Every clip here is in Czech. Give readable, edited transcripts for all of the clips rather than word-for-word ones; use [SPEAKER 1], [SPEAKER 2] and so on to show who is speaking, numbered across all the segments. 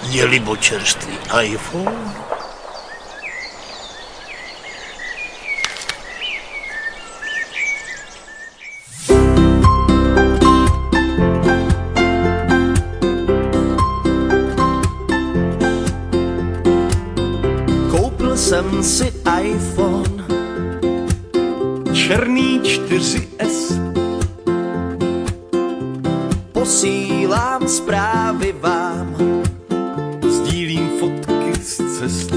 [SPEAKER 1] Měli čerstvý iPhone?
[SPEAKER 2] Koupil jsem si iPhone černý 4S. Posílám zprávy vám, sdílím fotky z cest.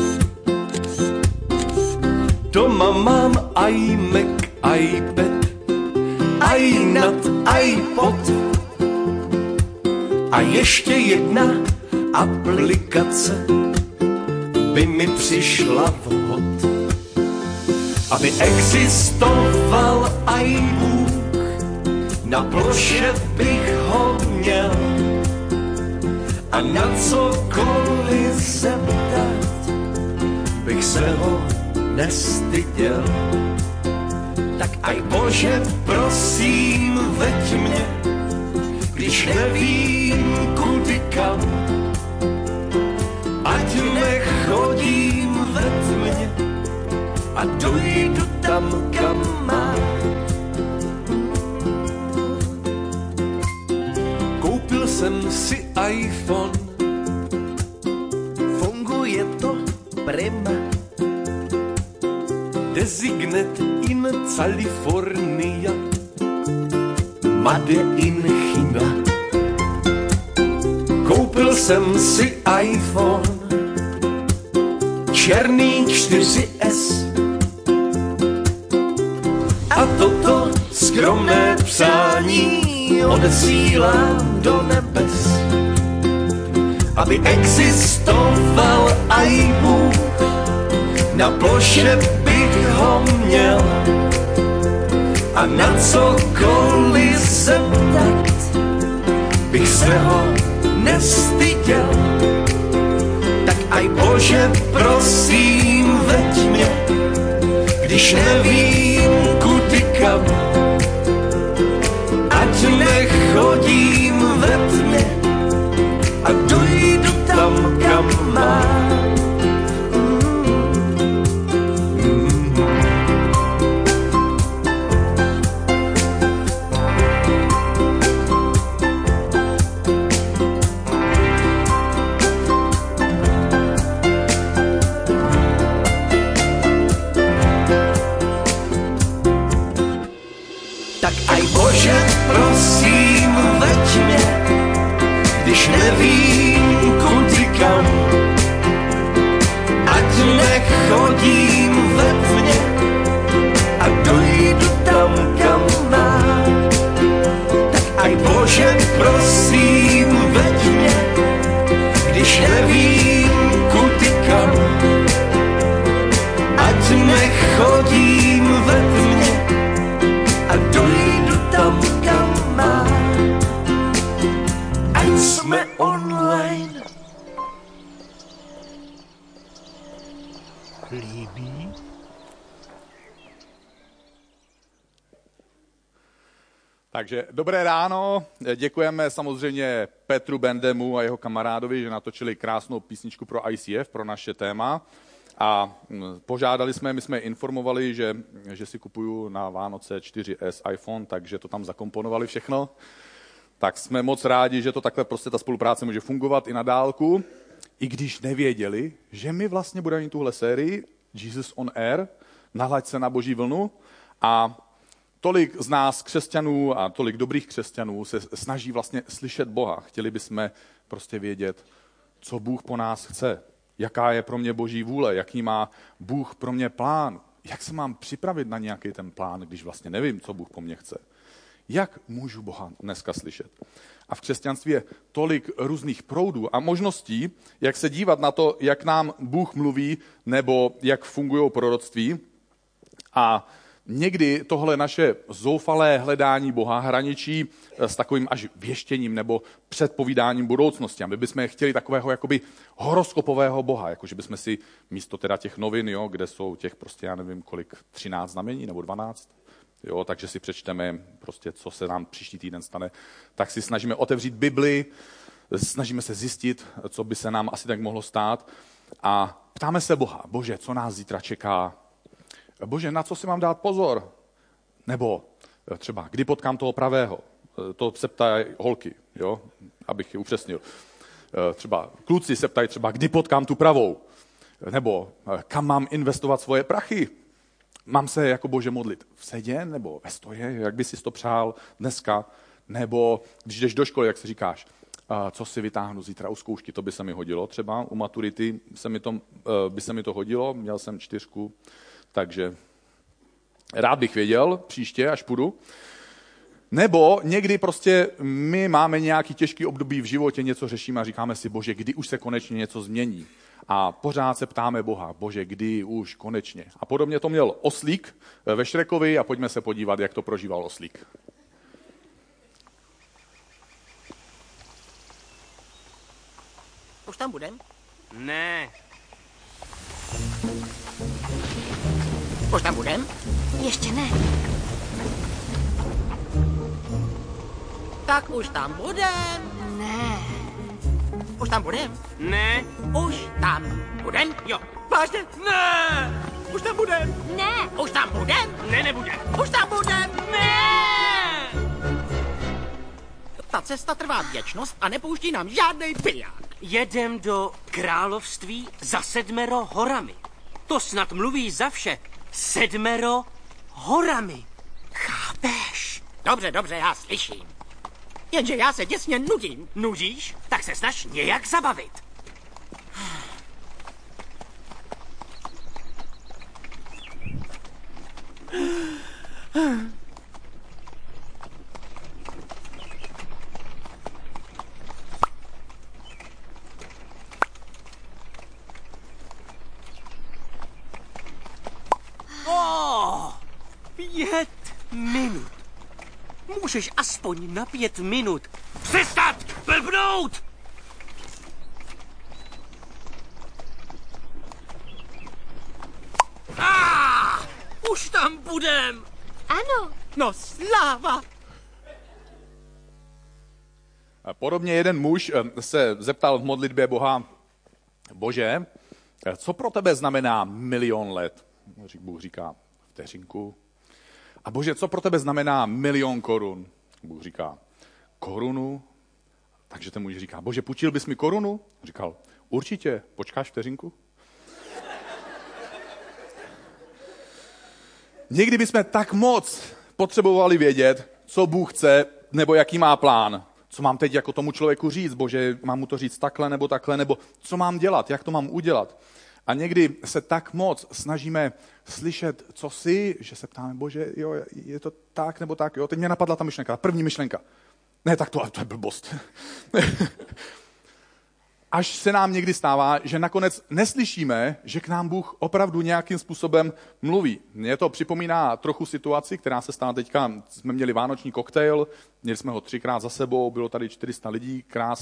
[SPEAKER 2] Doma mám iMac, iPad, iNut, iPod a ještě jedna aplikace by mi přišla vhod. Aby existoval iBook, na ploše bych ho měl a na cokoliv zeptat bych se ho nestyděl. Tak aj Bože, prosím, veď mě, když nevím kudy kam, ať nechodím ve tmě a dojdu tam, kam mám. Koupil jsem si iPhone, funguje to prima. Designet in California, Made in China. Koupil jsem si iPhone černý 4S a toto skromné přání odesílám do nebes. Aby existoval iBook, na ploše bych ho měl a na cokoliv zeptat bych se ho nestyděl. Tak aj Bože, prosím, veď mě, když nevím kudy kam, ať nechodím ve tmě a dojdu tam, kam mám. Prosím, veď mě, když nevím kudy kam, ať nechodím ve tmě a dojdu tam, kam mám. Tak aj Bože, prosím, veď mě, když nevím kudy kam, ať nechodím ve tmě a dojdu tam, kam mám. Ať jsme online.
[SPEAKER 1] Líbí?
[SPEAKER 3] Takže dobré ráno, děkujeme samozřejmě Petru Bendemu a jeho kamarádovi, že natočili krásnou písničku pro ICF, pro naše téma. A požádali jsme, my jsme informovali, že si kupuju na Vánoce 4S iPhone, takže to tam zakomponovali všechno. Tak jsme moc rádi, že to takhle prostě ta spolupráce může fungovat i na dálku. I když nevěděli, že my vlastně budeme mít tuhle sérii Jesus on Air, nahlaď se na Boží vlnu. A tolik z nás křesťanů a tolik dobrých křesťanů se snaží vlastně slyšet Boha. Chtěli bychom prostě vědět, co Bůh po nás chce. Jaká je pro mě Boží vůle, jaký má Bůh pro mě plán, jak se mám připravit na nějaký ten plán, když vlastně nevím, co Bůh po mně chce. Jak můžu Boha dneska slyšet? A v křesťanství je tolik různých proudů a možností, jak se dívat na to, jak nám Bůh mluví, nebo jak fungují proroctví. A někdy tohle naše zoufalé hledání Boha hraničí s takovým až věštěním nebo předpovídáním budoucnosti. A my bychom chtěli takového jakoby horoskopového Boha, jakože bychom si místo teda těch novin, jo, kde jsou těch prostě, já nevím kolik, 13 znamení nebo 12, jo, takže si přečteme prostě, co se nám příští týden stane, tak si snažíme otevřít Bibli snažíme se zjistit, co by se nám asi tak mohlo stát a ptáme se Boha, Bože, co nás zítra čeká? Bože, na co si mám dát pozor? Nebo třeba, kdy potkám toho pravého? To se ptají holky, jo? Abych je upřesnil. Třeba kluci se ptají třeba, kdy potkám tu pravou? Nebo kam mám investovat svoje prachy? Mám se jako Bože modlit v sedě nebo ve stoje, jak by si to přál dneska? Nebo když jdeš do školy, jak si říkáš, co si vytáhnu zítra u zkoušky, to by se mi hodilo třeba. U maturity by se mi to hodilo, měl jsem 4, takže rád bych věděl příště, až půjdu. Nebo někdy prostě my máme nějaký těžký období v životě, něco řešíme a říkáme si, Bože, kdy už se konečně něco změní. A pořád se ptáme Boha, Bože, kdy už konečně. A podobně to měl oslík ve Šrekovi a pojďme se podívat, jak to prožíval oslík.
[SPEAKER 1] Už tam budem?
[SPEAKER 2] Ne.
[SPEAKER 1] Už tam budem?
[SPEAKER 4] Ještě ne.
[SPEAKER 1] Tak už tam budem.
[SPEAKER 4] Ne.
[SPEAKER 1] Už tam budem?
[SPEAKER 2] Ne.
[SPEAKER 1] Už tam budem?
[SPEAKER 2] Jo.
[SPEAKER 1] Vážně? Ne! Už tam budem?
[SPEAKER 4] Ne.
[SPEAKER 1] Už tam budem?
[SPEAKER 2] Ne, nebude.
[SPEAKER 1] Už tam budem?
[SPEAKER 2] Ne!
[SPEAKER 1] Ta cesta trvá věčnost a nepouští nám žádnej piják.
[SPEAKER 2] Jedem do království za 7 horami. To snad mluví za vše. 7 horami.
[SPEAKER 1] Chápeš? Dobře, já slyším. Jenže já se děsně nudím.
[SPEAKER 2] Nudíš? Tak se snaž nějak zabavit. Oh, 5 minut. Můžeš aspoň na 5 minut přestat blbnout! Už tam budem!
[SPEAKER 4] Ano.
[SPEAKER 1] No sláva!
[SPEAKER 3] Podobně jeden muž se zeptal v modlitbě Boha, Bože, co pro tebe znamená 1 000 000 let? Bůh říká, vteřinku. A Bože, co pro tebe znamená 1 000 000 korun? Bůh říká, korunu. Takže ten muž říká, Bože, půjčil bys mi korunu? Říkal, určitě, počkáš vteřinku? Někdy bychom tak moc potřebovali vědět, co Bůh chce, nebo jaký má plán. Co mám teď jako tomu člověku říct? Bože, mám mu to říct takhle, nebo co mám dělat, jak to mám udělat? A někdy se tak moc snažíme slyšet, co si, že se ptáme, Bože, jo, je to tak nebo tak, jo. Teď mě napadla ta myšlenka, první myšlenka. Ne, tak to je blbost. Až se nám někdy stává, že nakonec neslyšíme, že k nám Bůh opravdu nějakým způsobem mluví. Mně to připomíná trochu situaci, která se stala teďka. Jsme měli vánoční koktejl, měli jsme ho 3krát za sebou, bylo tady 400 lidí,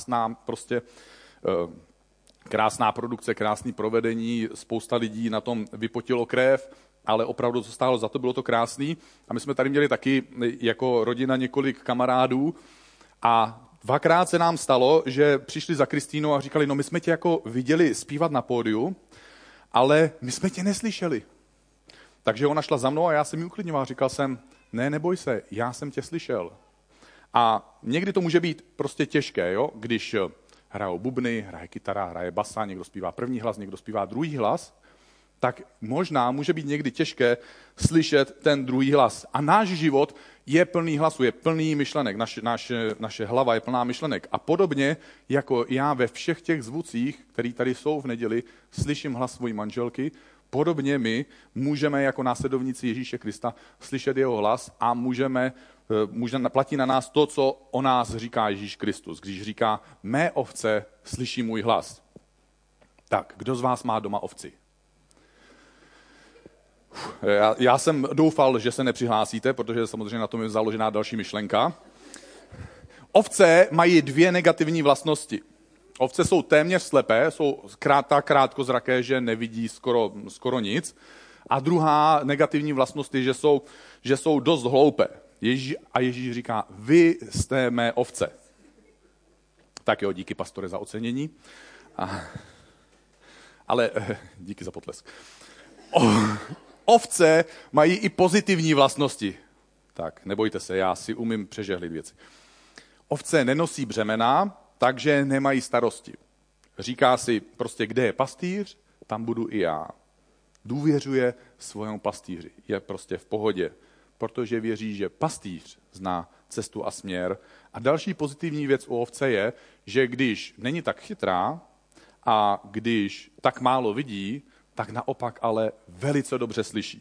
[SPEAKER 3] krásná produkce, krásné provedení, spousta lidí na tom vypotilo krev, ale opravdu to stálo za to, bylo to krásný. A my jsme tady měli taky jako rodina několik kamarádů a 2krát se nám stalo, že přišli za Kristýnou a říkali, no my jsme tě jako viděli zpívat na pódiu, ale my jsme tě neslyšeli. Takže ona šla za mnou a já jsem ji uklidňoval. Říkal jsem, ne, neboj se, já jsem tě slyšel. A někdy to může být prostě těžké, jo? Když hrajou bubny, hraje kytara, hraje basa, někdo zpívá první hlas, někdo zpívá druhý hlas, tak možná může být někdy těžké slyšet ten druhý hlas. A náš život je plný hlasu, je plný myšlenek, naše hlava je plná myšlenek. A podobně jako já ve všech těch zvucích, které tady jsou v neděli, slyším hlas svojí manželky, podobně my můžeme jako následovníci Ježíše Krista slyšet jeho hlas a platí na nás to, co o nás říká Ježíš Kristus. Když říká, mé ovce slyší můj hlas. Tak, kdo z vás má doma ovci? Já jsem doufal, že se nepřihlásíte, protože samozřejmě na tom je založená další myšlenka. Ovce mají 2 negativní vlastnosti. Ovce jsou téměř slepé, jsou krátkozraké, že nevidí skoro nic. A druhá negativní vlastnost je, že jsou dost hloupé. Ježíš říká, vy jste mé ovce. Tak jo, díky pastore za ocenění. Ale díky za potlesk. Ovce mají i pozitivní vlastnosti. Tak, nebojte se, já si umím přežehlit věci. Ovce nenosí břemena, takže nemají starosti. Říká si prostě, kde je pastýř, tam budu i já. Důvěřuje svému pastýři, je prostě v pohodě, protože věří, že pastýř zná cestu a směr. A další pozitivní věc u ovce je, že když není tak chytrá a když tak málo vidí, tak naopak ale velice dobře slyší.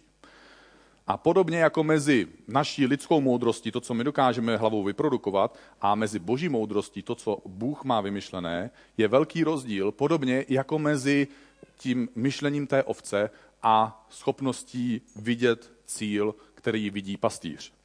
[SPEAKER 3] A podobně jako mezi naší lidskou moudrostí, to, co my dokážeme hlavou vyprodukovat, a mezi boží moudrostí, to, co Bůh má vymyšlené, je velký rozdíl, podobně jako mezi tím myšlením té ovce a schopností vidět cíl, který vidí pastýř.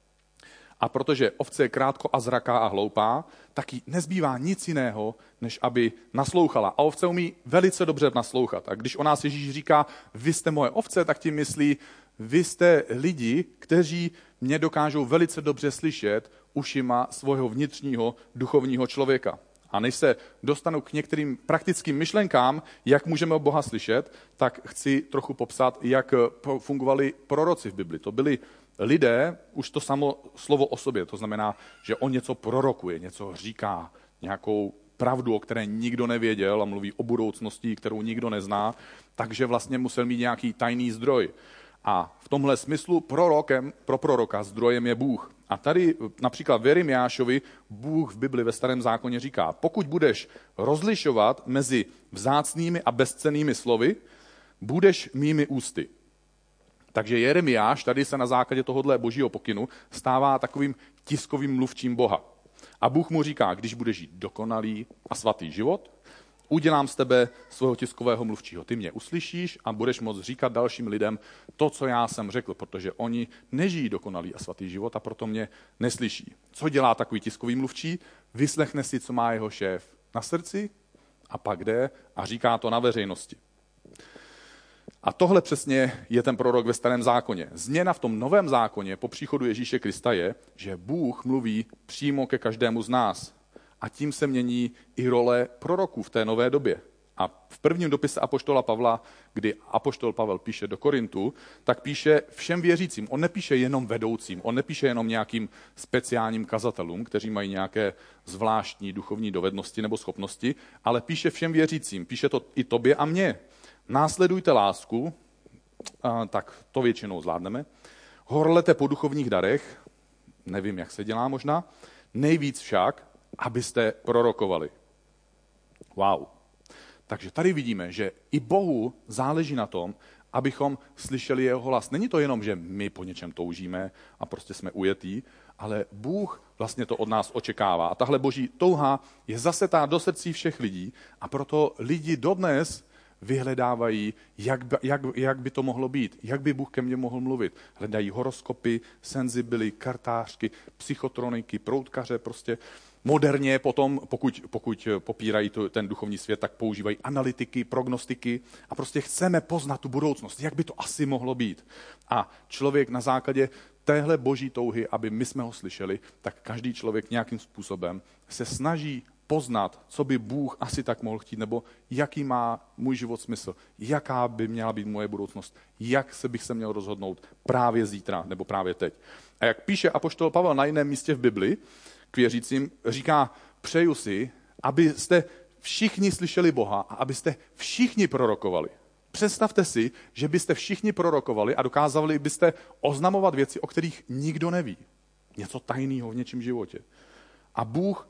[SPEAKER 3] A protože ovce je krátko a zraká a hloupá, tak jí nezbývá nic jiného, než aby naslouchala. A ovce umí velice dobře naslouchat. A když o nás Ježíš říká, vy jste moje ovce, tak tím myslí, vy jste lidi, kteří mě dokážou velice dobře slyšet ušima svého vnitřního duchovního člověka. A než se dostanu k některým praktickým myšlenkám, jak můžeme Boha slyšet, tak chci trochu popsat, jak fungovali proroci v Bibli. To byli lidé, už to samo slovo o sobě, to znamená, že on něco prorokuje, něco říká, nějakou pravdu, o které nikdo nevěděl a mluví o budoucnosti, kterou nikdo nezná, takže vlastně musel mít nějaký tajný zdroj. A v tomhle smyslu pro proroka zdrojem je Bůh. A tady například v Jeremiášovi Bůh v Bibli ve Starém zákoně říká, pokud budeš rozlišovat mezi vzácnými a bezcennými slovy, budeš mými ústy. Takže Jeremiáš tady se na základě tohohle božího pokynu stává takovým tiskovým mluvčím Boha. A Bůh mu říká, když budeš žít dokonalý a svatý život, udělám z tebe svého tiskového mluvčího. Ty mě uslyšíš a budeš moct říkat dalším lidem to, co já jsem řekl, protože oni nežijí dokonalý a svatý život a proto mě neslyší. Co dělá takový tiskový mluvčí? Vyslechne si, co má jeho šéf na srdci a pak jde a říká to na veřejnosti. A tohle přesně je ten prorok ve Starém zákoně. Změna v tom Novém zákoně po příchodu Ježíše Krista je, že Bůh mluví přímo ke každému z nás. A tím se mění i role proroků v té nové době. A v prvním dopise apoštola Pavla, kdy apoštol Pavel píše do Korintu, tak píše všem věřícím. On nepíše jenom vedoucím, on nepíše jenom nějakým speciálním kazatelům, kteří mají nějaké zvláštní duchovní dovednosti nebo schopnosti, ale píše všem věřícím, píše to i tobě a mně. Následujte lásku, tak to většinou zvládneme. Horlete po duchovních darech, nevím, jak se dělá možná, nejvíc však, abyste prorokovali. Wow. Takže tady vidíme, že i Bohu záleží na tom, abychom slyšeli jeho hlas. Není to jenom, že my po něčem toužíme a prostě jsme ujetí, ale Bůh vlastně to od nás očekává. A tahle boží touha je zasetá do srdcí všech lidí a proto lidi dodnes vyhledávají, jak by to mohlo být, jak by Bůh ke mně mohl mluvit. Hledají horoskopy, senzibily, kartářky, psychotroniky, proutkaře, prostě moderně potom, pokud popírají ten duchovní svět, tak používají analytiky, prognostiky a prostě chceme poznat tu budoucnost, jak by to asi mohlo být. A člověk na základě téhle boží touhy, aby my jsme ho slyšeli, tak každý člověk nějakým způsobem se snaží poznat, co by Bůh asi tak mohl chtít, nebo jaký má můj život smysl, jaká by měla být moje budoucnost, jak bych se měl rozhodnout právě zítra nebo právě teď. A jak píše apoštol Pavel na jiném místě v Bibli, k věřícím, říká, přeju si, abyste všichni slyšeli Boha a abyste všichni prorokovali. Představte si, že byste všichni prorokovali a dokázali byste oznamovat věci, o kterých nikdo neví. Něco tajného v něčím životě. A Bůh,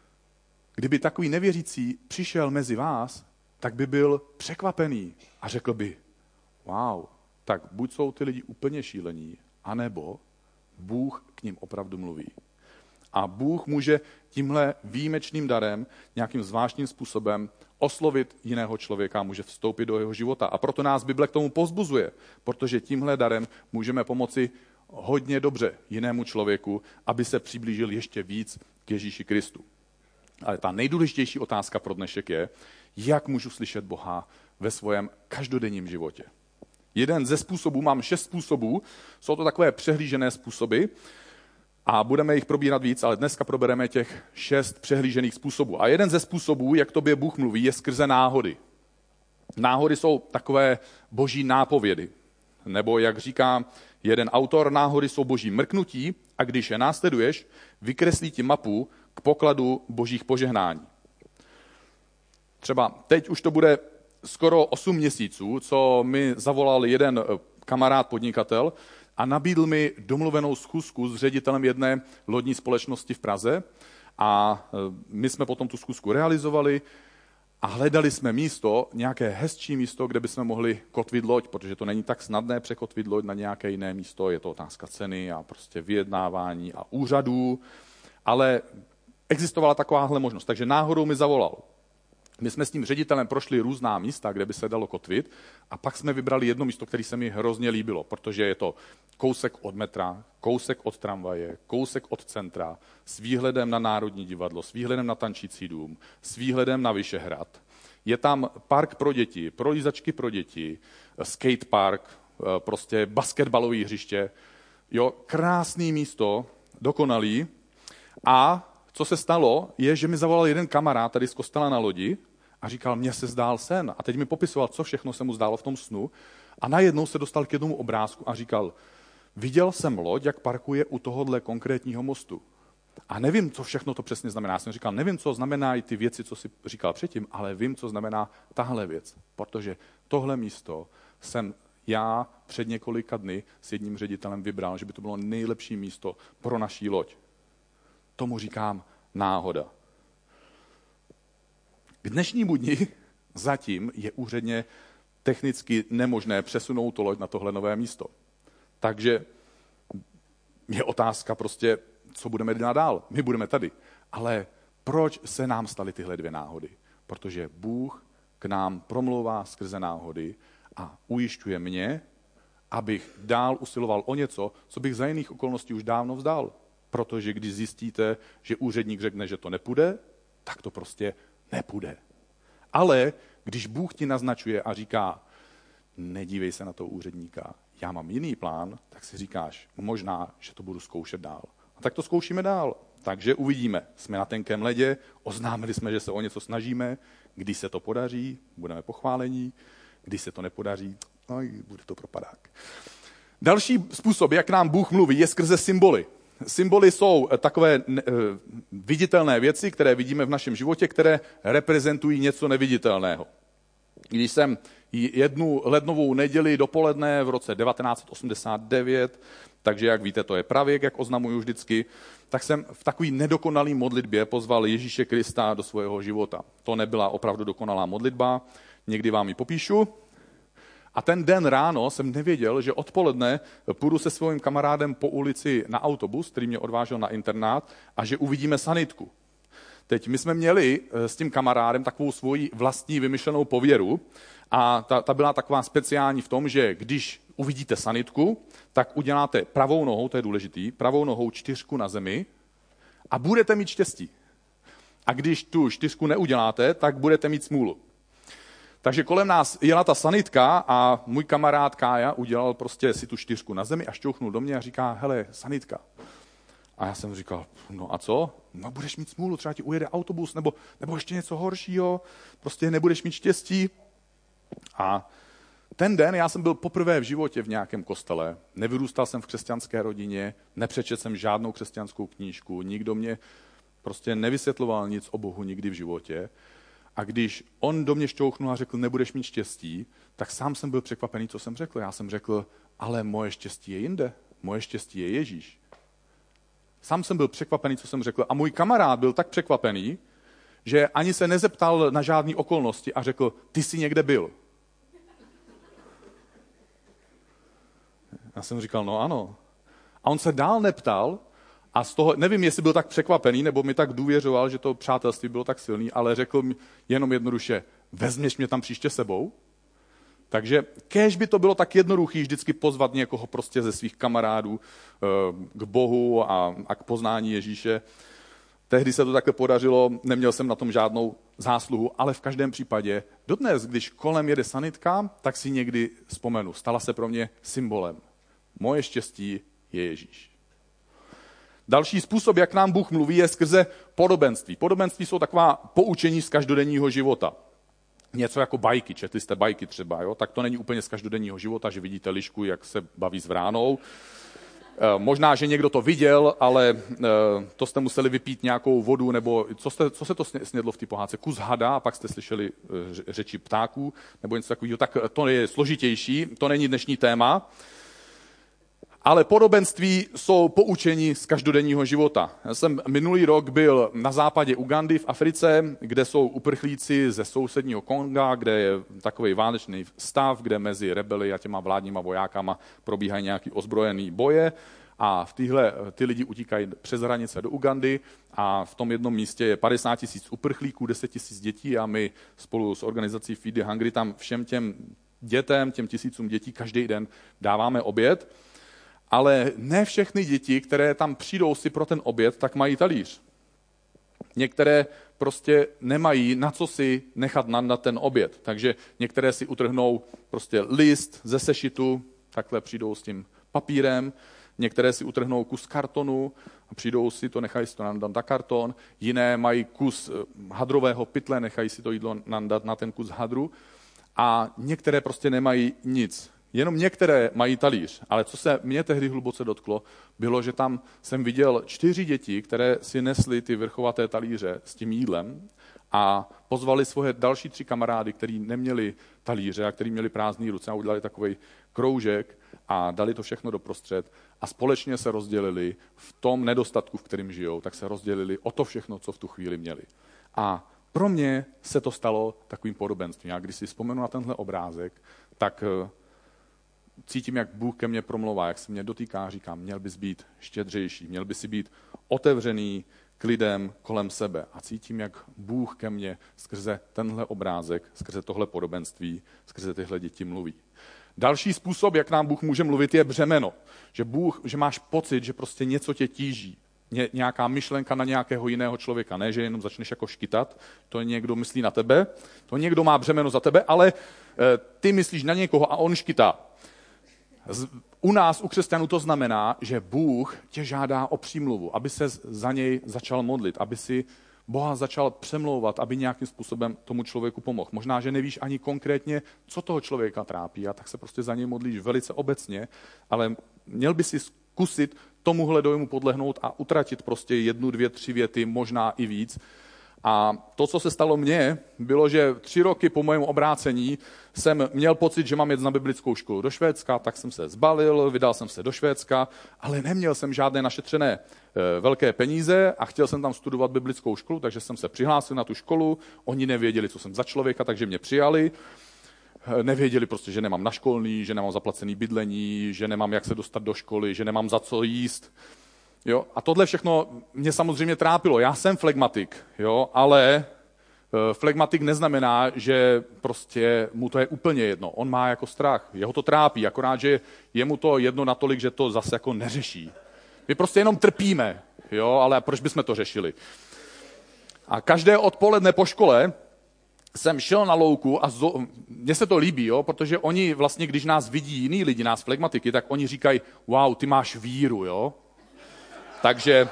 [SPEAKER 3] kdyby takový nevěřící přišel mezi vás, tak by byl překvapený a řekl by, wow, tak buď jsou ty lidi úplně šílení, anebo Bůh k ním opravdu mluví. A Bůh může tímhle výjimečným darem nějakým zvláštním způsobem oslovit jiného člověka, může vstoupit do jeho života. A proto nás Bible k tomu povzbuzuje, protože tímhle darem můžeme pomoci hodně dobře jinému člověku, aby se přiblížil ještě víc k Ježíši Kristu. Ale ta nejdůležitější otázka pro dnešek je, jak můžu slyšet Boha ve svém každodenním životě. Jeden ze způsobů, mám 6 způsobů, jsou to takové přehlížené způsoby. A budeme jich probírat víc, ale dneska probereme těch 6 přehlížených způsobů. A jeden ze způsobů, jak tobě Bůh mluví, je skrze náhody. Náhody jsou takové boží nápovědy. Nebo jak říká jeden autor, náhody jsou boží mrknutí a když je následuješ, vykreslí ti mapu k pokladu božích požehnání. Třeba teď už to bude skoro 8 měsíců, co mi zavolal jeden kamarád podnikatel a nabídl mi domluvenou schůzku s ředitelem jedné lodní společnosti v Praze a my jsme potom tu schůzku realizovali a hledali jsme místo, nějaké hezčí místo, kde bychom mohli kotvit loď, protože to není tak snadné překotvit loď na nějaké jiné místo, je to otázka ceny a prostě vyjednávání a úřadů, ale existovala takováhle možnost, takže náhodou mi zavolal. My jsme s tím ředitelem prošli různá místa, kde by se dalo kotvit a pak jsme vybrali jedno místo, které se mi hrozně líbilo, protože je to kousek od metra, kousek od tramvaje, kousek od centra, s výhledem na Národní divadlo, s výhledem na Tančící dům, s výhledem na Vyšehrad. Je tam park pro děti, prolízačky pro děti, skatepark, prostě basketbalové hřiště. Jo, krásný místo, dokonalý. A co se stalo, je, že mi zavolal jeden kamarád tady z kostela na lodi a říkal, mně se zdál sen. A teď mi popisoval, co všechno se mu zdálo v tom snu. A najednou se dostal k jednomu obrázku a říkal, viděl jsem loď, jak parkuje u tohohle konkrétního mostu. A nevím, co všechno to přesně znamená. Já jsem říkal, nevím, co znamenají ty věci, co jsi říkal předtím, ale vím, co znamená tahle věc. Protože tohle místo jsem já před několika dny s jedním ředitelem vybral, že by to bylo nejlepší místo pro naší loď. Tomu říkám náhoda. K dnešnímu dni zatím je úředně technicky nemožné přesunout tu loď na tohle nové místo. Takže je otázka prostě, co budeme dělat dál. My budeme tady. Ale proč se nám staly tyhle 2 náhody? Protože Bůh k nám promlouvá skrze náhody a ujišťuje mě, abych dál usiloval o něco, co bych za jiných okolností už dávno vzdal. Protože když zjistíte, že úředník řekne, že to nepůjde, tak to prostě nepůjde. Ale když Bůh ti naznačuje a říká, nedívej se na toho úředníka, já mám jiný plán, tak si říkáš, možná, že to budu zkoušet dál. A tak to zkoušíme dál. Takže uvidíme. Jsme na tenkém ledě, oznámili jsme, že se o něco snažíme, když se to podaří, budeme pochválení, když se to nepodaří, bude to propadák. Další způsob, jak nám Bůh mluví, je skrze symboly. Symboly jsou takové viditelné věci, které vidíme v našem životě, které reprezentují něco neviditelného. Když jsem jednu lednovou neděli dopoledne v roce 1989, takže jak víte, to je pravěk, jak oznamuju vždycky, tak jsem v takový nedokonalý modlitbě pozval Ježíše Krista do svého života. To nebyla opravdu dokonalá modlitba, někdy vám ji popíšu. A ten den ráno jsem nevěděl, že odpoledne půjdu se svým kamarádem po ulici na autobus, který mě odvážel na internát, a že uvidíme sanitku. Teď my jsme měli s tím kamarádem takovou svoji vlastní vymyšlenou pověru a ta byla taková speciální v tom, že když uvidíte sanitku, tak uděláte pravou nohou, to je důležitý, pravou nohou 4 na zemi a budete mít štěstí. A když tu 4 neuděláte, tak budete mít smůlu. Takže kolem nás jela ta sanitka a můj kamarád Kája udělal prostě si tu 4 na zemi a šťouchnul do mě a říká, hele, sanitka. A já jsem říkal, no a co? No budeš mít smůlu, třeba ti ujede autobus, nebo ještě něco horšího, prostě nebudeš mít štěstí. A ten den já jsem byl poprvé v životě v nějakém kostele, nevyrůstal jsem v křesťanské rodině, nepřečetl jsem žádnou křesťanskou knížku, nikdo mě prostě nevysvětloval nic o Bohu nikdy v životě. A když on do mě šťouchnul a řekl, nebudeš mít štěstí, tak sám jsem byl překvapený, co jsem řekl. Já jsem řekl, ale moje štěstí je jinde, moje štěstí je Ježíš. Sám jsem byl překvapený, co jsem řekl. A můj kamarád byl tak překvapený, že ani se nezeptal na žádné okolnosti a řekl, ty jsi někde byl. Já jsem říkal, no ano. A on se dál neptal a z toho, nevím, jestli byl tak překvapený, nebo mi tak důvěřoval, že to přátelství bylo tak silný, ale řekl mi jenom jednoduše, vezměš mě tam příště sebou? Takže kéž by to bylo tak jednoduchý vždycky pozvat někoho prostě ze svých kamarádů k Bohu a k poznání Ježíše. Tehdy se to takhle podařilo, neměl jsem na tom žádnou zásluhu, ale v každém případě dodnes, když kolem jede sanitka, tak si někdy vzpomenu. Stala se pro mě symbolem. Moje štěstí je Ježíš. Další způsob, jak nám Bůh mluví, je skrze podobenství. Podobenství jsou taková poučení z každodenního života. Něco jako bajky, četli jste bajky třeba, jo? Tak to není úplně z každodenního života, že vidíte lišku, jak se baví s vránou. Možná, že někdo to viděl, ale to jste museli vypít nějakou vodu, nebo co se to snědlo v té pohádce? Kus hada a pak jste slyšeli řeči ptáků, nebo něco takového. Tak to je složitější, to není dnešní téma. Ale podobenství jsou poučení z každodenního života. Já jsem minulý rok byl na západě Ugandy v Africe, kde jsou uprchlíci ze sousedního Konga, kde je takový válečný stav, kde mezi rebeli a těma vládníma vojákama probíhají nějaký ozbrojený boje. A ty lidi utíkají přes hranice do Ugandy a v tom jednom místě je 50 000 uprchlíků, 10 000 dětí a my spolu s organizací Feed the Hungry tam všem těm dětem, těm tisícům dětí každý den dáváme oběd. Ale ne všechny děti, které tam přijdou si pro ten oběd, tak mají talíř. Některé prostě nemají na co si nechat nandat ten oběd. Takže některé si utrhnou prostě list ze sešitu, takhle přijdou s tím papírem, některé si utrhnou kus kartonu a přijdou si to, nechají si to nandat na karton, jiné mají kus hadrového pytle, nechají si to jídlo nandat na ten kus hadru a některé prostě nemají nic. Jenom některé mají talíř, ale co se mě tehdy hluboce dotklo, bylo, že tam jsem viděl 4 děti, které si nesly ty vrchovaté talíře s tím jídlem a pozvali svoje další 3 kamarády, kteří neměli talíře a kteří měli prázdné ruce a udělali takový kroužek a dali to všechno doprostřed a společně se rozdělili v tom nedostatku, v kterém žijou, tak se rozdělili o to všechno, co v tu chvíli měli. A pro mě se to stalo takovým podobenstvím. Já když si vzpomenu na tenhle obrázek, tak cítím, jak Bůh ke mně promlouvá, jak se mě dotýká a říká, měl bys být štědřejší, měl bys si být otevřený k lidem kolem sebe. A cítím, jak Bůh ke mně skrze tenhle obrázek, skrze tohle podobenství, skrze tyhle děti mluví. Další způsob, jak nám Bůh může mluvit, je břemeno. Že máš pocit, že prostě něco tě tíží. Nějaká myšlenka na nějakého jiného člověka. Ne, že jenom začneš jako škytat, to někdo myslí na tebe, to někdo má břemeno za tebe, ale ty myslíš na někoho a on škytá. U nás, u křesťanů, to znamená, že Bůh tě žádá o přímluvu, aby se za něj začal modlit, aby si Boha začal přemlouvat, aby nějakým způsobem tomu člověku pomohl. Možná, že nevíš ani konkrétně, co toho člověka trápí, a tak se prostě za něj modlíš velice obecně, ale měl by si zkusit tomuhle dojmu podlehnout a utratit prostě 1, 2, 3 věty, možná i víc. A to, co se stalo mně, bylo, že 3 roky po mém obrácení jsem měl pocit, že mám jet na biblickou školu do Švédska, tak jsem se zbalil, vydal jsem se do Švédska, ale neměl jsem žádné našetřené velké peníze a chtěl jsem tam studovat biblickou školu, takže jsem se přihlásil na tu školu, oni nevěděli, co jsem za člověka, takže mě přijali. Nevěděli prostě, že nemám na školní, že nemám zaplacený bydlení, že nemám jak se dostat do školy, že nemám za co jíst. Jo? A tohle všechno mě samozřejmě trápilo. Já jsem flegmatik, jo? Ale flegmatik neznamená, že prostě mu to je úplně jedno. On má jako strach, jeho to trápí, akorát, že je mu to jedno natolik, že to zase jako neřeší. My prostě jenom trpíme, jo? Ale proč bychom to řešili? A každé odpoledne po škole jsem šel na louku a mně se to líbí, jo? Protože oni vlastně, když nás vidí jiný lidi, nás flegmatiky, tak oni říkají, wow, ty máš víru, jo? Takže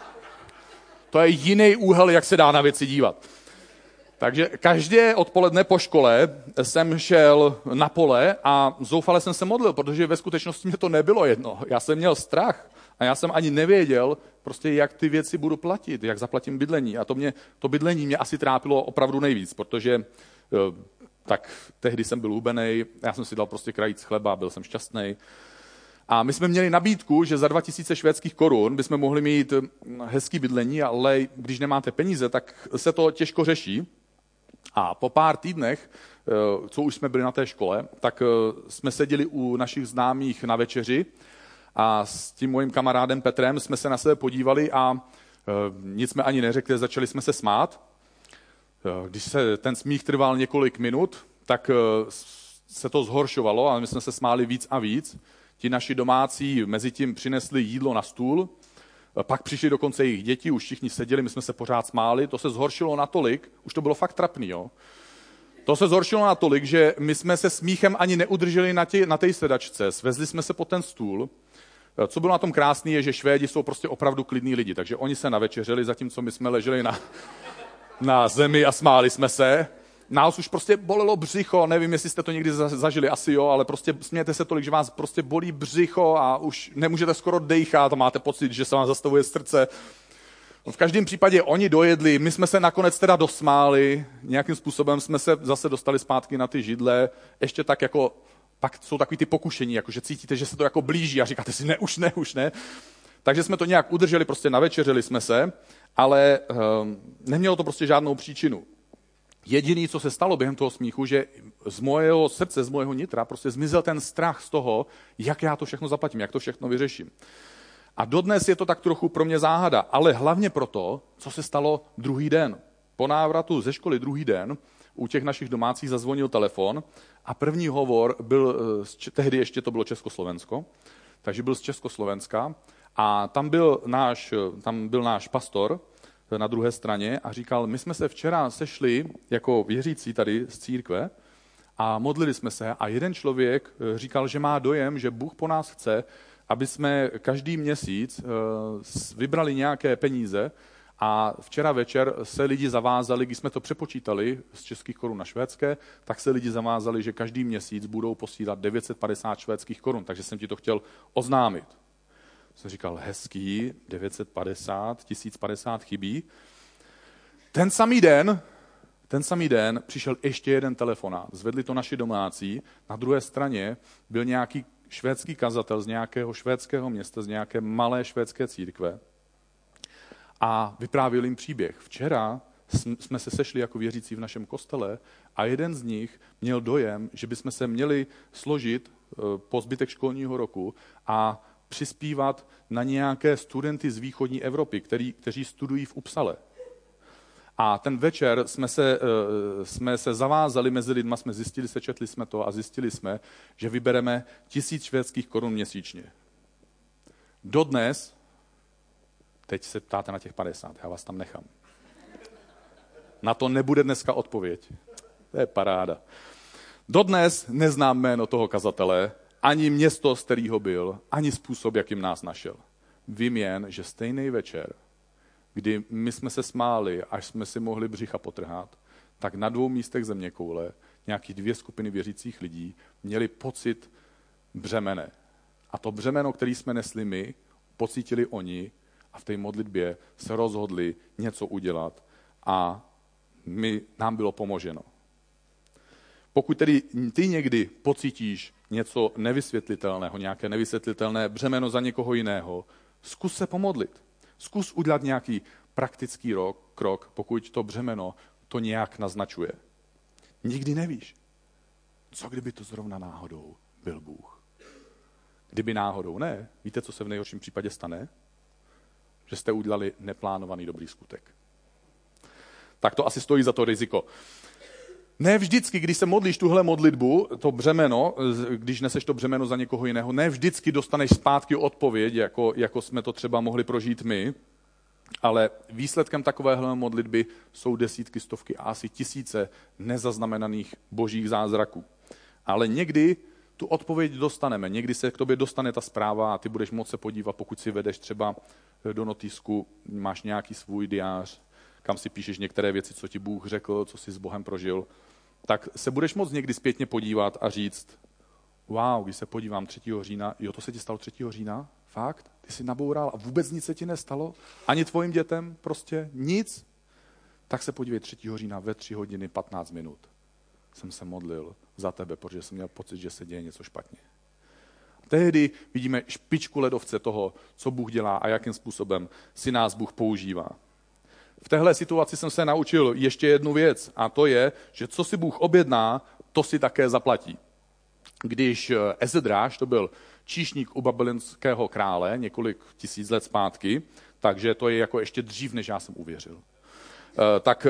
[SPEAKER 3] to je jiný úhel, jak se dá na věci dívat. Takže každé odpoledne po škole jsem šel na pole a zoufale jsem se modlil, protože ve skutečnosti mě to nebylo jedno. Já jsem měl strach a já jsem ani nevěděl, prostě jak ty věci budu platit, jak zaplatím bydlení. A to bydlení mě asi trápilo opravdu nejvíc, protože tak tehdy jsem byl hubenej, já jsem si dal prostě krajíc chleba, byl jsem šťastný. A my jsme měli nabídku, že za 2000 švédských korun bychom mohli mít hezký bydlení, ale když nemáte peníze, tak se to těžko řeší. A po pár týdnech, co už jsme byli na té škole, tak jsme seděli u našich známých na večeři a s tím mojím kamarádem Petrem jsme se na sebe podívali a nic jsme ani neřekli, začali jsme se smát. Když se ten smích trval několik minut, tak se to zhoršovalo a my jsme se smáli víc a víc. Ti naši domácí mezi tím přinesli jídlo na stůl, pak přišli dokonce jejich děti, už všichni seděli, my jsme se pořád smáli, to se zhoršilo natolik, už to bylo fakt trapný, jo. To se zhoršilo natolik, že my jsme se smíchem ani neudrželi na té sedačce, svezli jsme se po ten stůl, Co bylo na tom krásné, je, že Švédi jsou prostě opravdu klidní lidi, takže oni se navečeřili, zatímco my jsme leželi na zemi a smáli jsme se. Nás už prostě bolelo břicho, nevím, jestli jste to někdy zažili, asi jo, ale prostě smějete se tolik, že vás prostě bolí břicho a už nemůžete skoro dejchat a máte pocit, že se vám zastavuje srdce. V každém případě oni dojedli, my jsme se nakonec teda dosmáli, nějakým způsobem jsme se zase dostali zpátky na ty židle, ještě tak jako, pak jsou takový ty pokušení, jako že cítíte, že se to jako blíží a říkáte si ne. Takže jsme to nějak udrželi, prostě navečeřili jsme se, ale nemělo to prostě žádnou příčinu. Jediné, co se stalo během toho smíchu, že z mojeho srdce, z mojeho nitra prostě zmizel ten strach z toho, jak já to všechno zaplatím, jak to všechno vyřeším. A dodnes je to tak trochu pro mě záhada, ale hlavně proto, co se stalo druhý den. Po návratu ze školy druhý den u těch našich domácích zazvonil telefon a první hovor byl, tehdy ještě to bylo Československo, takže byl z Československa a tam byl náš pastor na druhé straně a říkal, my jsme se včera sešli jako věřící tady z církve a modlili jsme se a jeden člověk říkal, že má dojem, že Bůh po nás chce, aby jsme každý měsíc vybrali nějaké peníze a včera večer se lidi zavázali, když jsme to přepočítali z českých korun na švédské, tak se lidi zavázali, že každý měsíc budou posílat 950 švédských korun, takže jsem ti to chtěl oznámit. Jsem říkal, hezký, 950, 1050 chybí. Ten samý den přišel ještě jeden telefonát. Zvedli to naši domácí. Na druhé straně byl nějaký švédský kazatel z nějakého švédského města, z nějaké malé švédské církve. A vyprávěl jim příběh. Včera jsme se sešli jako věřící v našem kostele a jeden z nich měl dojem, že bychom se měli složit po zbytek školního roku a přispívat na nějaké studenty z východní Evropy, kteří studují v Uppsale. A ten večer jsme se zavázali mezi lidma, jsme zjistili, sečetli jsme to a zjistili jsme, že vybereme 1000 švédských korun měsíčně. Dodnes, teď se ptáte na těch 50, já vás tam nechám. Na to nebude dneska odpověď. To je paráda. Dodnes neznám jméno toho kazatele, ani město, z kterého byl, ani způsob, jakým nás našel. Vím jen, že stejný večer, kdy my jsme se smáli, až jsme si mohli břicha potrhat, tak na 2 místech zeměkoule nějaký 2 skupiny věřících lidí měli pocit břemene. A to břemeno, který jsme nesli my, pocítili oni a v té modlitbě se rozhodli něco udělat a nám bylo pomoženo. Pokud tedy ty někdy pocítíš něco nevysvětlitelného, nějaké nevysvětlitelné břemeno za někoho jiného, zkus se pomodlit. Zkus udělat nějaký praktický krok, pokud to břemeno to nějak naznačuje. Nikdy nevíš. Co kdyby to zrovna náhodou byl Bůh? Kdyby náhodou ne, víte, co se v nejhorším případě stane? Že jste udělali neplánovaný dobrý skutek. Tak to asi stojí za to riziko. Ne vždycky, když se modlíš tuhle modlitbu, to břemeno, když neseš to břemeno za někoho jiného, ne vždycky dostaneš zpátky odpověď, jako jsme to třeba mohli prožít my, ale výsledkem takovéhle modlitby jsou desítky, stovky a asi tisíce nezaznamenaných božích zázraků. Ale někdy tu odpověď dostaneme, někdy se k tobě dostane ta zpráva a ty budeš moct se podívat, pokud si vedeš třeba do notýsku, máš nějaký svůj diář, kam si píšeš některé věci, co ti Bůh řekl, co jsi s Bohem prožil, tak se budeš moct někdy zpětně podívat a říct, wow, když se podívám 3. října, jo, to se ti stalo 3. října? Fakt? Ty jsi naboural a vůbec nic se ti nestalo? Ani tvojim dětem? Prostě nic? Tak se podívej 3. října ve 3 hodiny 15 minut. Jsem se modlil za tebe, protože jsem měl pocit, že se děje něco špatně. Tehdy vidíme špičku ledovce toho, co Bůh dělá a jakým způsobem si nás Bůh používá. V téhle situaci jsem se naučil ještě jednu věc a to je, že co si Bůh objedná, to si také zaplatí. Když Ezedráš, to byl číšník u babylonského krále několik 1000 let zpátky, takže to je jako ještě dřív, než já jsem uvěřil, tak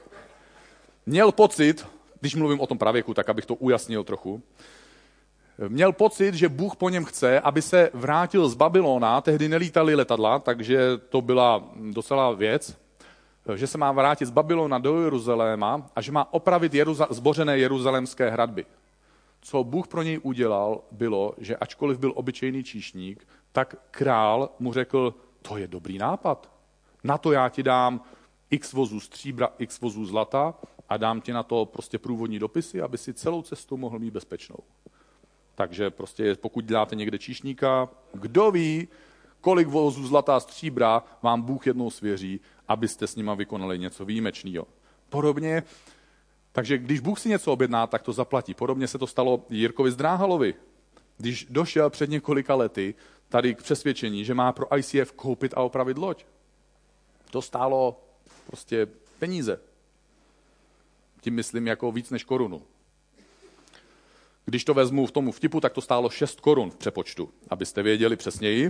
[SPEAKER 3] měl pocit, když mluvím o tom pravěku, tak abych to ujasnil trochu, měl pocit, že Bůh po něm chce, aby se vrátil z Babylona, tehdy nelítaly letadla, takže to byla docela věc, že se má vrátit z Babylona do Jeruzaléma a že má opravit zbořené jeruzalémské hradby. Co Bůh pro něj udělal, bylo, že ačkoliv byl obyčejný číšník, tak král mu řekl, to je dobrý nápad. Na to já ti dám x vozů stříbra, x vozů zlata a dám ti na to prostě průvodní dopisy, aby si celou cestu mohl mít bezpečnou. Takže prostě pokud děláte někde číšníka, kdo ví, kolik vozů zlata a stříbra vám Bůh jednou svěří, abyste s nima vykonali něco výjimečného. Podobně, takže když Bůh si něco objedná, tak to zaplatí. Podobně se to stalo Jirkovi Zdráhalovi. Když došel před několika lety tady k přesvědčení, že má pro ICF koupit a opravit loď. To stálo prostě peníze. Tím myslím jako víc než korunu. Když to vezmu v tomu vtipu, tak to stálo 6 korun v přepočtu, abyste věděli přesněji.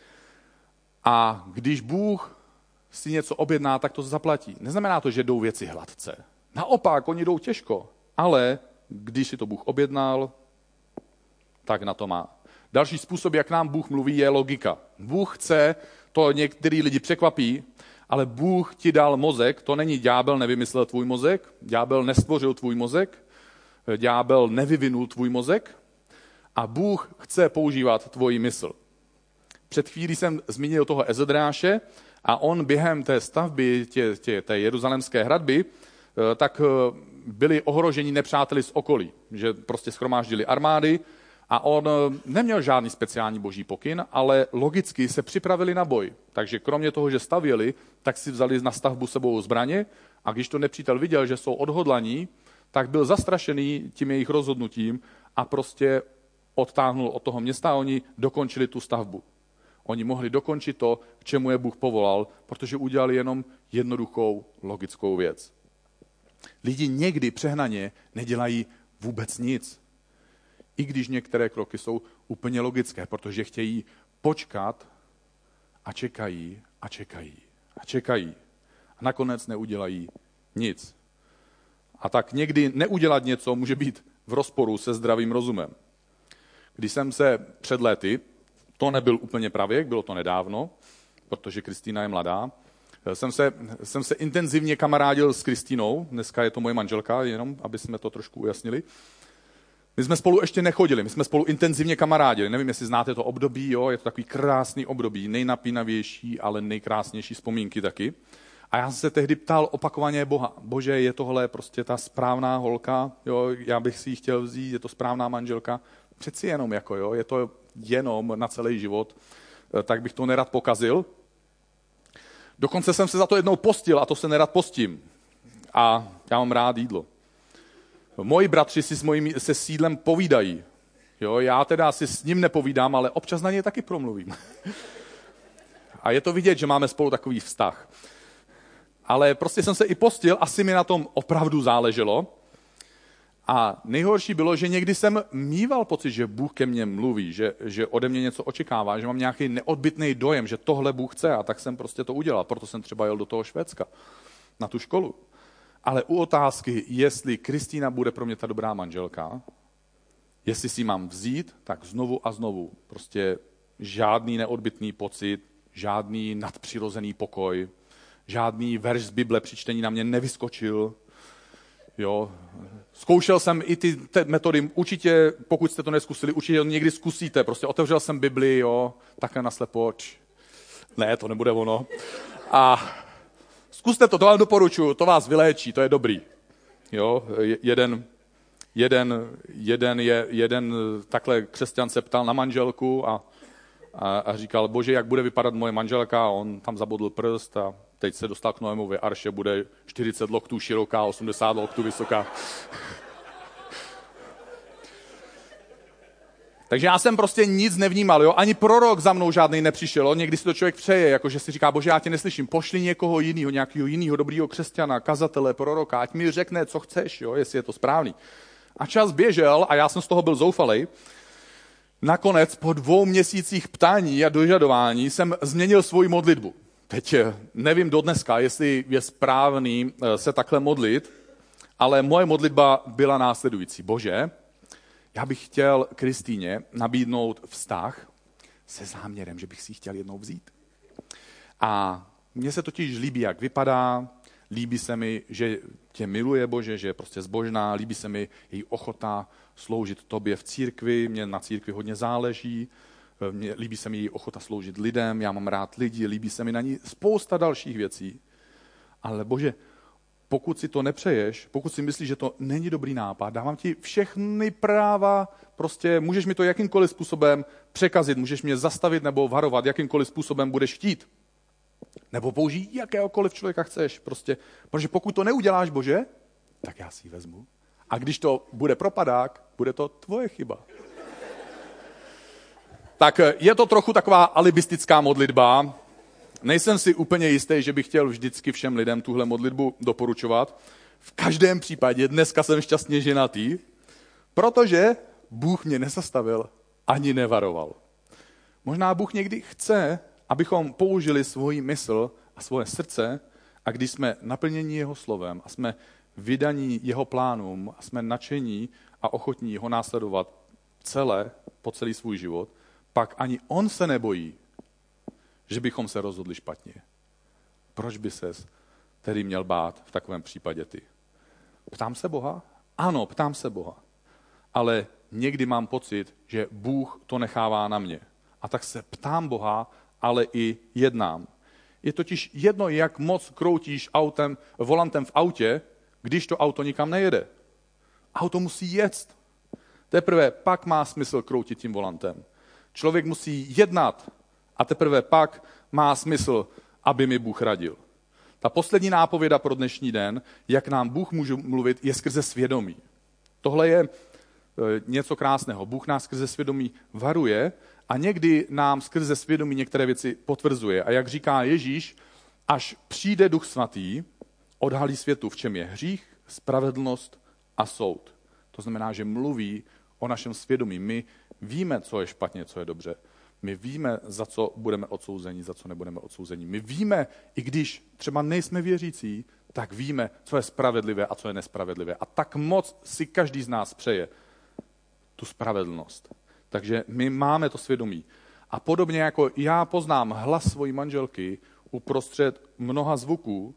[SPEAKER 3] A když Bůh si něco objedná, tak to zaplatí. Neznamená to, že jdou věci hladce. Naopak, oni jdou těžko. Ale když si to Bůh objednal, tak na to má. Další způsob, jak nám Bůh mluví, je logika. Bůh chce, to některý lidi překvapí, ale Bůh ti dal mozek, to není ďábel nevymyslel tvůj mozek, ďábel nestvořil tvůj mozek, ďábel nevyvinul tvůj mozek a Bůh chce používat tvoji mysl. Před chvílí jsem zmínil toho Ezedráše a on během té stavby, té jeruzalémské hradby, tak byli ohroženi nepřáteli z okolí, že prostě shromáždili armády a on neměl žádný speciální boží pokyn, ale logicky se připravili na boj. Takže kromě toho, že stavěli, tak si vzali na stavbu sebou zbraně a když to nepřítel viděl, že jsou odhodlaní, tak byl zastrašený tím jejich rozhodnutím a prostě odtáhnul od toho města a oni dokončili tu stavbu. Oni mohli dokončit to, k čemu je Bůh povolal, protože udělali jenom jednoduchou logickou věc. Lidi někdy přehnaně nedělají vůbec nic. I když některé kroky jsou úplně logické, protože chtějí počkat a čekají a čekají a čekají. A nakonec neudělají nic. A tak někdy neudělat něco může být v rozporu se zdravým rozumem. Když jsem se před lety, to nebyl úplně pravěk, bylo to nedávno, protože Kristýna je mladá, jsem se intenzivně kamarádil s Kristýnou, dneska je to moje manželka, jenom aby jsme to trošku ujasnili. My jsme spolu ještě nechodili, my jsme spolu intenzivně kamarádili, nevím, jestli znáte to období, jo, je to takový krásný období, nejnapínavější, ale nejkrásnější vzpomínky taky. A já jsem se tehdy ptal opakovaně Boha, Bože, je tohle prostě ta správná holka, jo, já bych si ji chtěl vzít, je to správná manželka, přeci jenom jako, jo, je to jenom na celý život, tak bych to nerad pokazil. Dokonce jsem se za to jednou postil a to se nerad postím. A já mám rád jídlo. Moji bratři si se sídlem povídají. Jo, já teda si s ním nepovídám, ale občas na něj taky promluvím. A je to vidět, že máme spolu takový vztah. Ale prostě jsem se i postil, asi mi na tom opravdu záleželo. A nejhorší bylo, že někdy jsem mýval pocit, že Bůh ke mně mluví, že ode mě něco očekává, že mám nějaký neodbytný dojem, že tohle Bůh chce a tak jsem prostě to udělal. Proto jsem třeba jel do toho Švédska, na tu školu. Ale u otázky, jestli Kristýna bude pro mě ta dobrá manželka, jestli si ji mám vzít, tak znovu a znovu. Prostě žádný neodbytný pocit, žádný nadpřirozený pokoj, žádný verš z Bible při čtení na mě nevyskočil. Jo. Zkoušel jsem i ty metody, určitě, pokud jste to neskusili, určitě to někdy zkusíte. Prostě otevřel jsem Bibli, jo, takhle naslepo. Ne, to nebude ono. A zkuste to vám doporučuji, to vás vyléčí, to je dobrý. Jo, jeden takhle křesťan se ptal na manželku a říkal, Bože, jak bude vypadat moje manželka, a on tam zabodl prst a teď se dostal k Noémově arše, bude 40 loktů široká, 80 loktů vysoká. Takže já jsem prostě nic nevnímal, jo? Ani prorok za mnou žádný nepřišel, jo? Někdy si to člověk přeje, jakože si říká, Bože, já tě neslyším, pošli někoho jiného, nějakého jiného dobrýho křesťana, kazatele, proroka, ať mi řekne, co chceš, jo? Jestli je to správný. A čas běžel a já jsem z toho byl zoufalej. Nakonec po 2 měsících ptání a dožadování jsem změnil svoji modlitbu. Teď nevím do dneska, jestli je správný se takhle modlit, ale moje modlitba byla následující. Bože, já bych chtěl Kristýně nabídnout vztah se záměrem, že bych si ji chtěl jednou vzít. A mně se totiž líbí, jak vypadá, líbí se mi, že tě miluje, Bože, že je prostě zbožná, líbí se mi její ochota sloužit tobě v církvi, mě na církvi hodně záleží, líbí se mi její ochota sloužit lidem, já mám rád lidi, líbí se mi na ní spousta dalších věcí. Ale Bože, pokud si to nepřeješ, pokud si myslíš, že to není dobrý nápad, dávám ti všechny práva, prostě můžeš mi to jakýmkoliv způsobem překazit, můžeš mě zastavit nebo varovat, jakýmkoliv způsobem budeš chtít. Nebo použij jakéhokoliv člověka chceš, prostě, protože pokud to neuděláš, Bože, tak já si ji vezmu. A když to bude propadák, bude to tvoje chyba. Tak je to trochu taková alibistická modlitba. Nejsem si úplně jistý, že bych chtěl vždycky všem lidem tuhle modlitbu doporučovat. V každém případě dneska jsem šťastně ženatý, protože Bůh mě nezastavil ani nevaroval. Možná Bůh někdy chce, abychom použili svoji mysl a svoje srdce a když jsme naplněni jeho slovem a jsme vydaní jeho plánům a jsme nadšení a ochotní ho následovat po celý svůj život, pak ani on se nebojí, že bychom se rozhodli špatně. Proč by ses tedy měl bát v takovém případě ty? Ptám se Boha? Ano, ptám se Boha. Ale někdy mám pocit, že Bůh to nechává na mě. A tak se ptám Boha, ale i jednám. Je totiž jedno, jak moc kroutíš volantem v autě, když to auto nikam nejede. Auto musí jet. Teprve pak má smysl kroutit tím volantem. Člověk musí jednat a teprve pak má smysl, aby mi Bůh radil. Ta poslední nápověda pro dnešní den, jak nám Bůh může mluvit, je skrze svědomí. Tohle je něco krásného. Bůh nás skrze svědomí varuje a někdy nám skrze svědomí některé věci potvrzuje. A jak říká Ježíš, až přijde Duch Svatý, odhalí světu, v čem je hřích, spravedlnost a soud. To znamená, že mluví o našem svědomí. My víme, co je špatně, co je dobře. My víme, za co budeme odsouzeni, za co nebudeme odsouzeni. My víme, i když třeba nejsme věřící, tak víme, co je spravedlivé a co je nespravedlivé. A tak moc si každý z nás přeje tu spravedlnost. Takže my máme to svědomí. A podobně jako já poznám hlas svojí manželky uprostřed mnoha zvuků,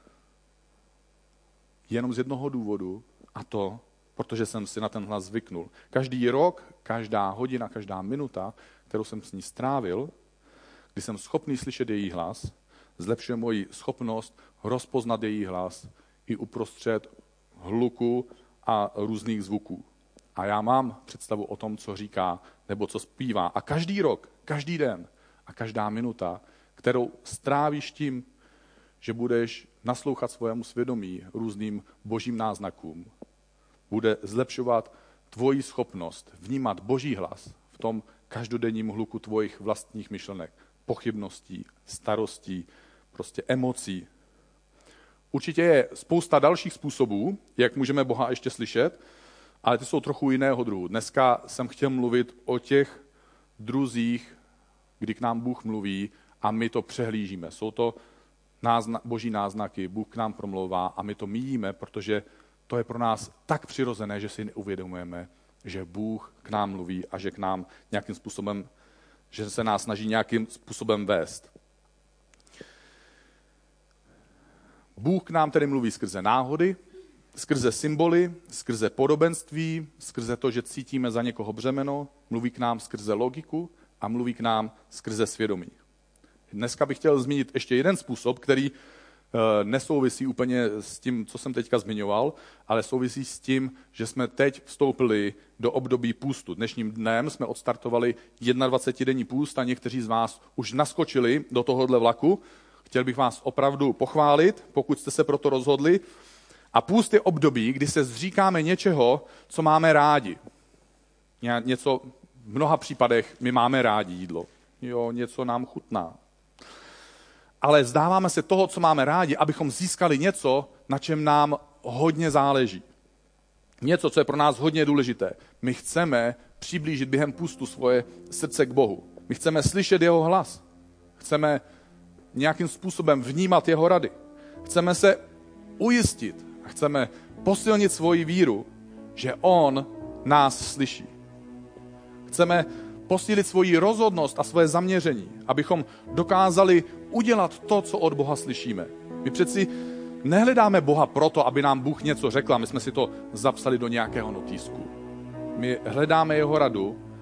[SPEAKER 3] jenom z jednoho důvodu, a to, protože jsem si na ten hlas zvyknul. Každý rok, každá hodina, každá minuta, kterou jsem s ní strávil, kdy jsem schopný slyšet její hlas, zlepšuje moji schopnost rozpoznat její hlas i uprostřed hluku a různých zvuků. A já mám představu o tom, co říká nebo co zpívá. A každý rok, každý den a každá minuta, kterou strávíš tím, že budeš naslouchat svému svědomí různým božím náznakům, bude zlepšovat tvoji schopnost vnímat boží hlas v tom každodenním hluku tvojich vlastních myšlenek, pochybností, starostí, prostě emocí. Určitě je spousta dalších způsobů, jak můžeme Boha ještě slyšet, ale ty jsou trochu jiného druhu. Dneska jsem chtěl mluvit o těch druzích, kdy k nám Bůh mluví a my to přehlížíme. Jsou to boží náznaky, Bůh k nám promlouvá a my to míjíme, protože to je pro nás tak přirozené, že si neuvědomujeme, že Bůh k nám mluví a že k nám nějakým způsobem, že se nás snaží nějakým způsobem vést. Bůh k nám tedy mluví skrze náhody, skrze symboly, skrze podobenství, skrze to, že cítíme za někoho břemeno, mluví k nám skrze logiku a mluví k nám skrze svědomí. Dneska bych chtěl zmínit ještě jeden způsob, který nesouvisí úplně s tím, co jsem teďka zmiňoval, ale souvisí s tím, že jsme teď vstoupili do období půstu. Dnešním dnem jsme odstartovali 21denní půst a někteří z vás už naskočili do tohohle vlaku. Chtěl bych vás opravdu pochválit, pokud jste se proto rozhodli. A půst je období, kdy se zříkáme něčeho, co máme rádi. Něco, v mnoha případech my máme rádi jídlo. Jo, něco nám chutná. Ale vzdáváme se toho, co máme rádi, abychom získali něco, na čem nám hodně záleží. Něco, co je pro nás hodně důležité. My chceme přiblížit během půstu svoje srdce k Bohu. My chceme slyšet jeho hlas. Chceme nějakým způsobem vnímat jeho rady. Chceme se ujistit a chceme posilnit svoji víru, že on nás slyší. Chceme posílit svoji rozhodnost a svoje zaměření, abychom dokázali udělat to, co od Boha slyšíme. My přeci nehledáme Boha proto, aby nám Bůh něco řekl, my jsme si to zapsali do nějakého notýsku. My hledáme jeho radu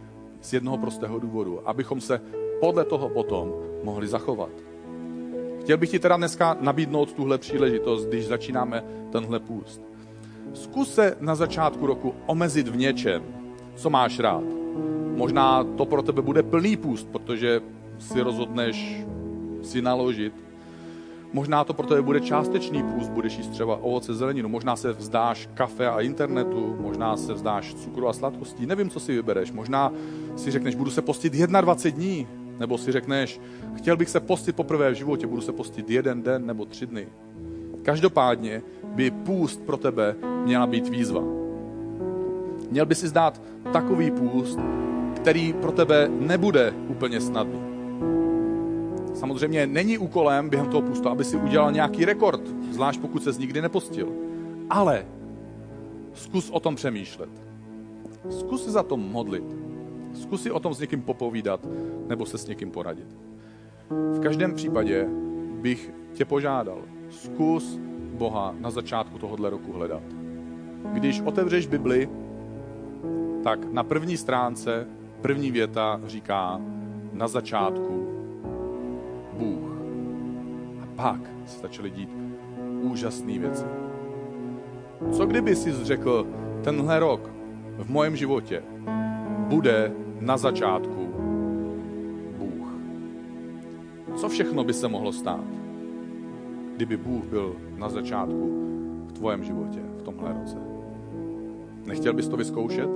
[SPEAKER 3] z jednoho prostého důvodu, abychom se podle toho potom mohli zachovat. Chtěl bych ti teda dneska nabídnout tuhle příležitost, když začínáme tenhle půst. Zkus se na začátku roku omezit v něčem, co máš rád. Možná to pro tebe bude plný půst, protože si rozhodneš si naložit. Možná to pro tebe bude částečný půst, budeš jíst třeba ovoce, zeleninu. Možná se vzdáš kafe a internetu, možná se vzdáš cukru a sladkostí. Nevím, co si vybereš. Možná si řekneš, budu se postit 21 dní. Nebo si řekneš, chtěl bych se postit poprvé v životě, budu se postit 1 den nebo 3 dny. Každopádně by půst pro tebe měla být výzva. Měl by si zdát takový půst, který pro tebe nebude úplně snadný. Samozřejmě není úkolem během toho půstu, aby si udělal nějaký rekord, zvlášť pokud ses nikdy nepostil. Ale zkus o tom přemýšlet. Zkus se za to modlit. Zkus si o tom s někým popovídat nebo se s někým poradit. V každém případě bych tě požádal, zkus Boha na začátku tohohle roku hledat. Když otevřeš Bibli, tak na první stránce první věta říká na začátku Bůh. A pak se začaly dít úžasné věci. Co kdyby jsi řekl, tenhle rok v mém životě bude na začátku Bůh. Co všechno by se mohlo stát, kdyby Bůh byl na začátku v tvém životě, v tomhle roce? Nechtěl bys to vyzkoušet?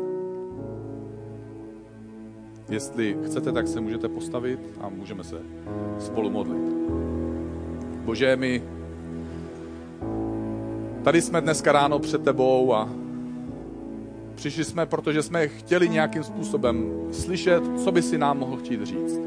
[SPEAKER 3] Jestli chcete, tak se můžete postavit a můžeme se spolu modlit. Bože, my tady jsme dneska ráno před tebou a přišli jsme, protože jsme chtěli nějakým způsobem slyšet, co by si nám mohl chtít říct.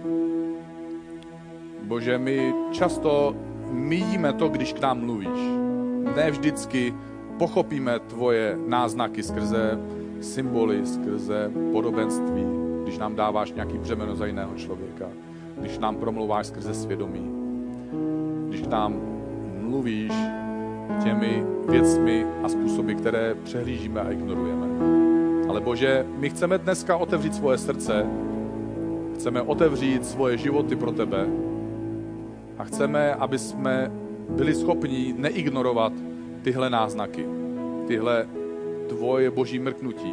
[SPEAKER 3] Bože, my často míjíme to, když k nám mluvíš. Ne vždycky pochopíme tvoje náznaky skrze symboly, skrze podobenství, když nám dáváš nějaký břemeno za jiného člověka, když nám promlouváš skrze svědomí, když k nám mluvíš těmi věcmi a způsoby, které přehlížíme a ignorujeme. Ale Bože, my chceme dneska otevřít svoje srdce, chceme otevřít svoje životy pro tebe a chceme, aby jsme byli schopni neignorovat tyhle náznaky, tyhle tvoje boží mrknutí.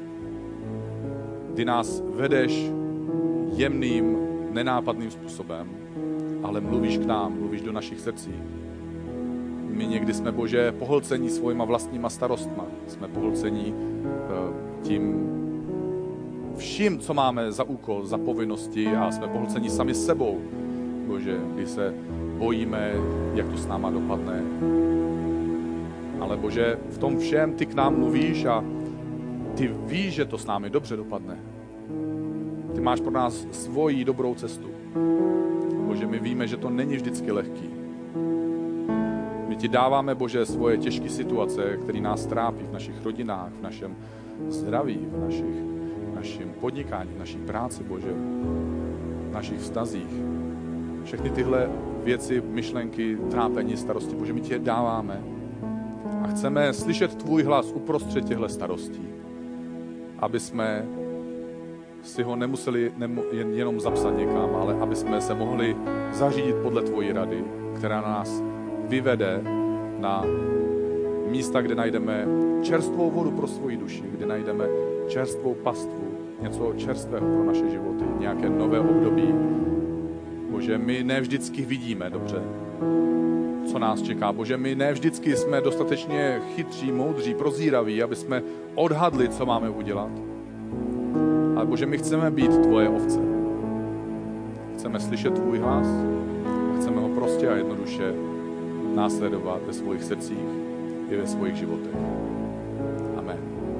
[SPEAKER 3] Ty nás vedeš jemným, nenápadným způsobem, ale mluvíš k nám, mluvíš do našich srdcí. My někdy jsme, Bože, pohlcení svojima vlastníma starostma. Jsme pohlcení tím vším, co máme za úkol, za povinnosti a jsme pohlcení sami sebou. Bože, kdy se bojíme, jak to s náma dopadne. Ale Bože, v tom všem ty k nám mluvíš a ty víš, že to s námi dobře dopadne. Ty máš pro nás svoji dobrou cestu. Bože, my víme, že to není vždycky lehký. My ti dáváme, Bože, svoje těžké situace, které nás trápí v našich rodinách, v našem zdraví, v našem podnikání, v naší práci, Bože, v našich vztazích. Všechny tyhle věci, myšlenky, trápení, starosti, Bože, my ti je dáváme. A chceme slyšet tvůj hlas uprostřed těchto starostí, aby jsme si ho nemuseli jenom zapsat někam, ale aby jsme se mohli zařídit podle tvojí rady, která nás vyvede na místa, kde najdeme čerstvou vodu pro svoji duši, kde najdeme čerstvou pastvu, něco čerstvého pro naše životy, nějaké nové období. Bože, my ne vždycky vidíme dobře, co nás čeká. Bože, my ne vždycky jsme dostatečně chytří, moudří, prozíraví, aby jsme odhadli, co máme udělat. Ale Bože, my chceme být tvoje ovce. Chceme slyšet tvůj hlas a chceme ho prostě a jednoduše následovat ve svých srdcích i ve svých životech. Amen.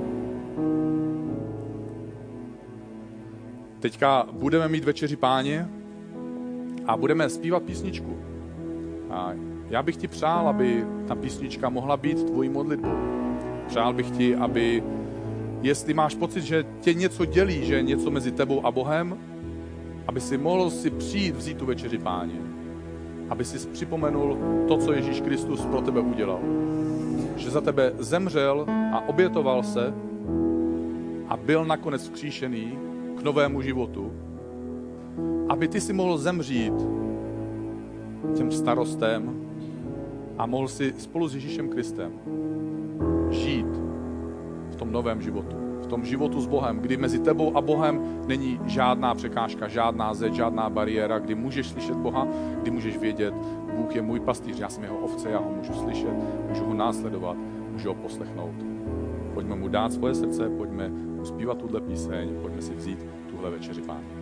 [SPEAKER 3] Teďka budeme mít večeři Páně a budeme zpívat písničku. A já bych ti přál, aby ta písnička mohla být tvojí modlitbou. Přál bych ti, aby, jestli máš pocit, že tě něco dělí, že je něco mezi tebou a Bohem, aby si mohl si přijít vzít tu večeři Páně. Aby si připomenul to, co Ježíš Kristus pro tebe udělal. Že za tebe zemřel a obětoval se a byl nakonec vzkříšený k k novému životu, aby ty si mohl zemřít těm starostem a mohl si spolu s Ježíšem Kristem žít v tom novém životu. V tom životu s Bohem, kdy mezi tebou a Bohem není žádná překážka, žádná zeď, žádná bariéra, kdy můžeš slyšet Boha, kdy můžeš vědět, Bůh je můj pastýř, já jsem jeho ovce, já ho můžu slyšet, můžu ho následovat, můžu ho poslechnout. Pojďme mu dát svoje srdce, pojďme mu zpívat tuhle píseň, pojďme si vzít tuhle večeři Páně.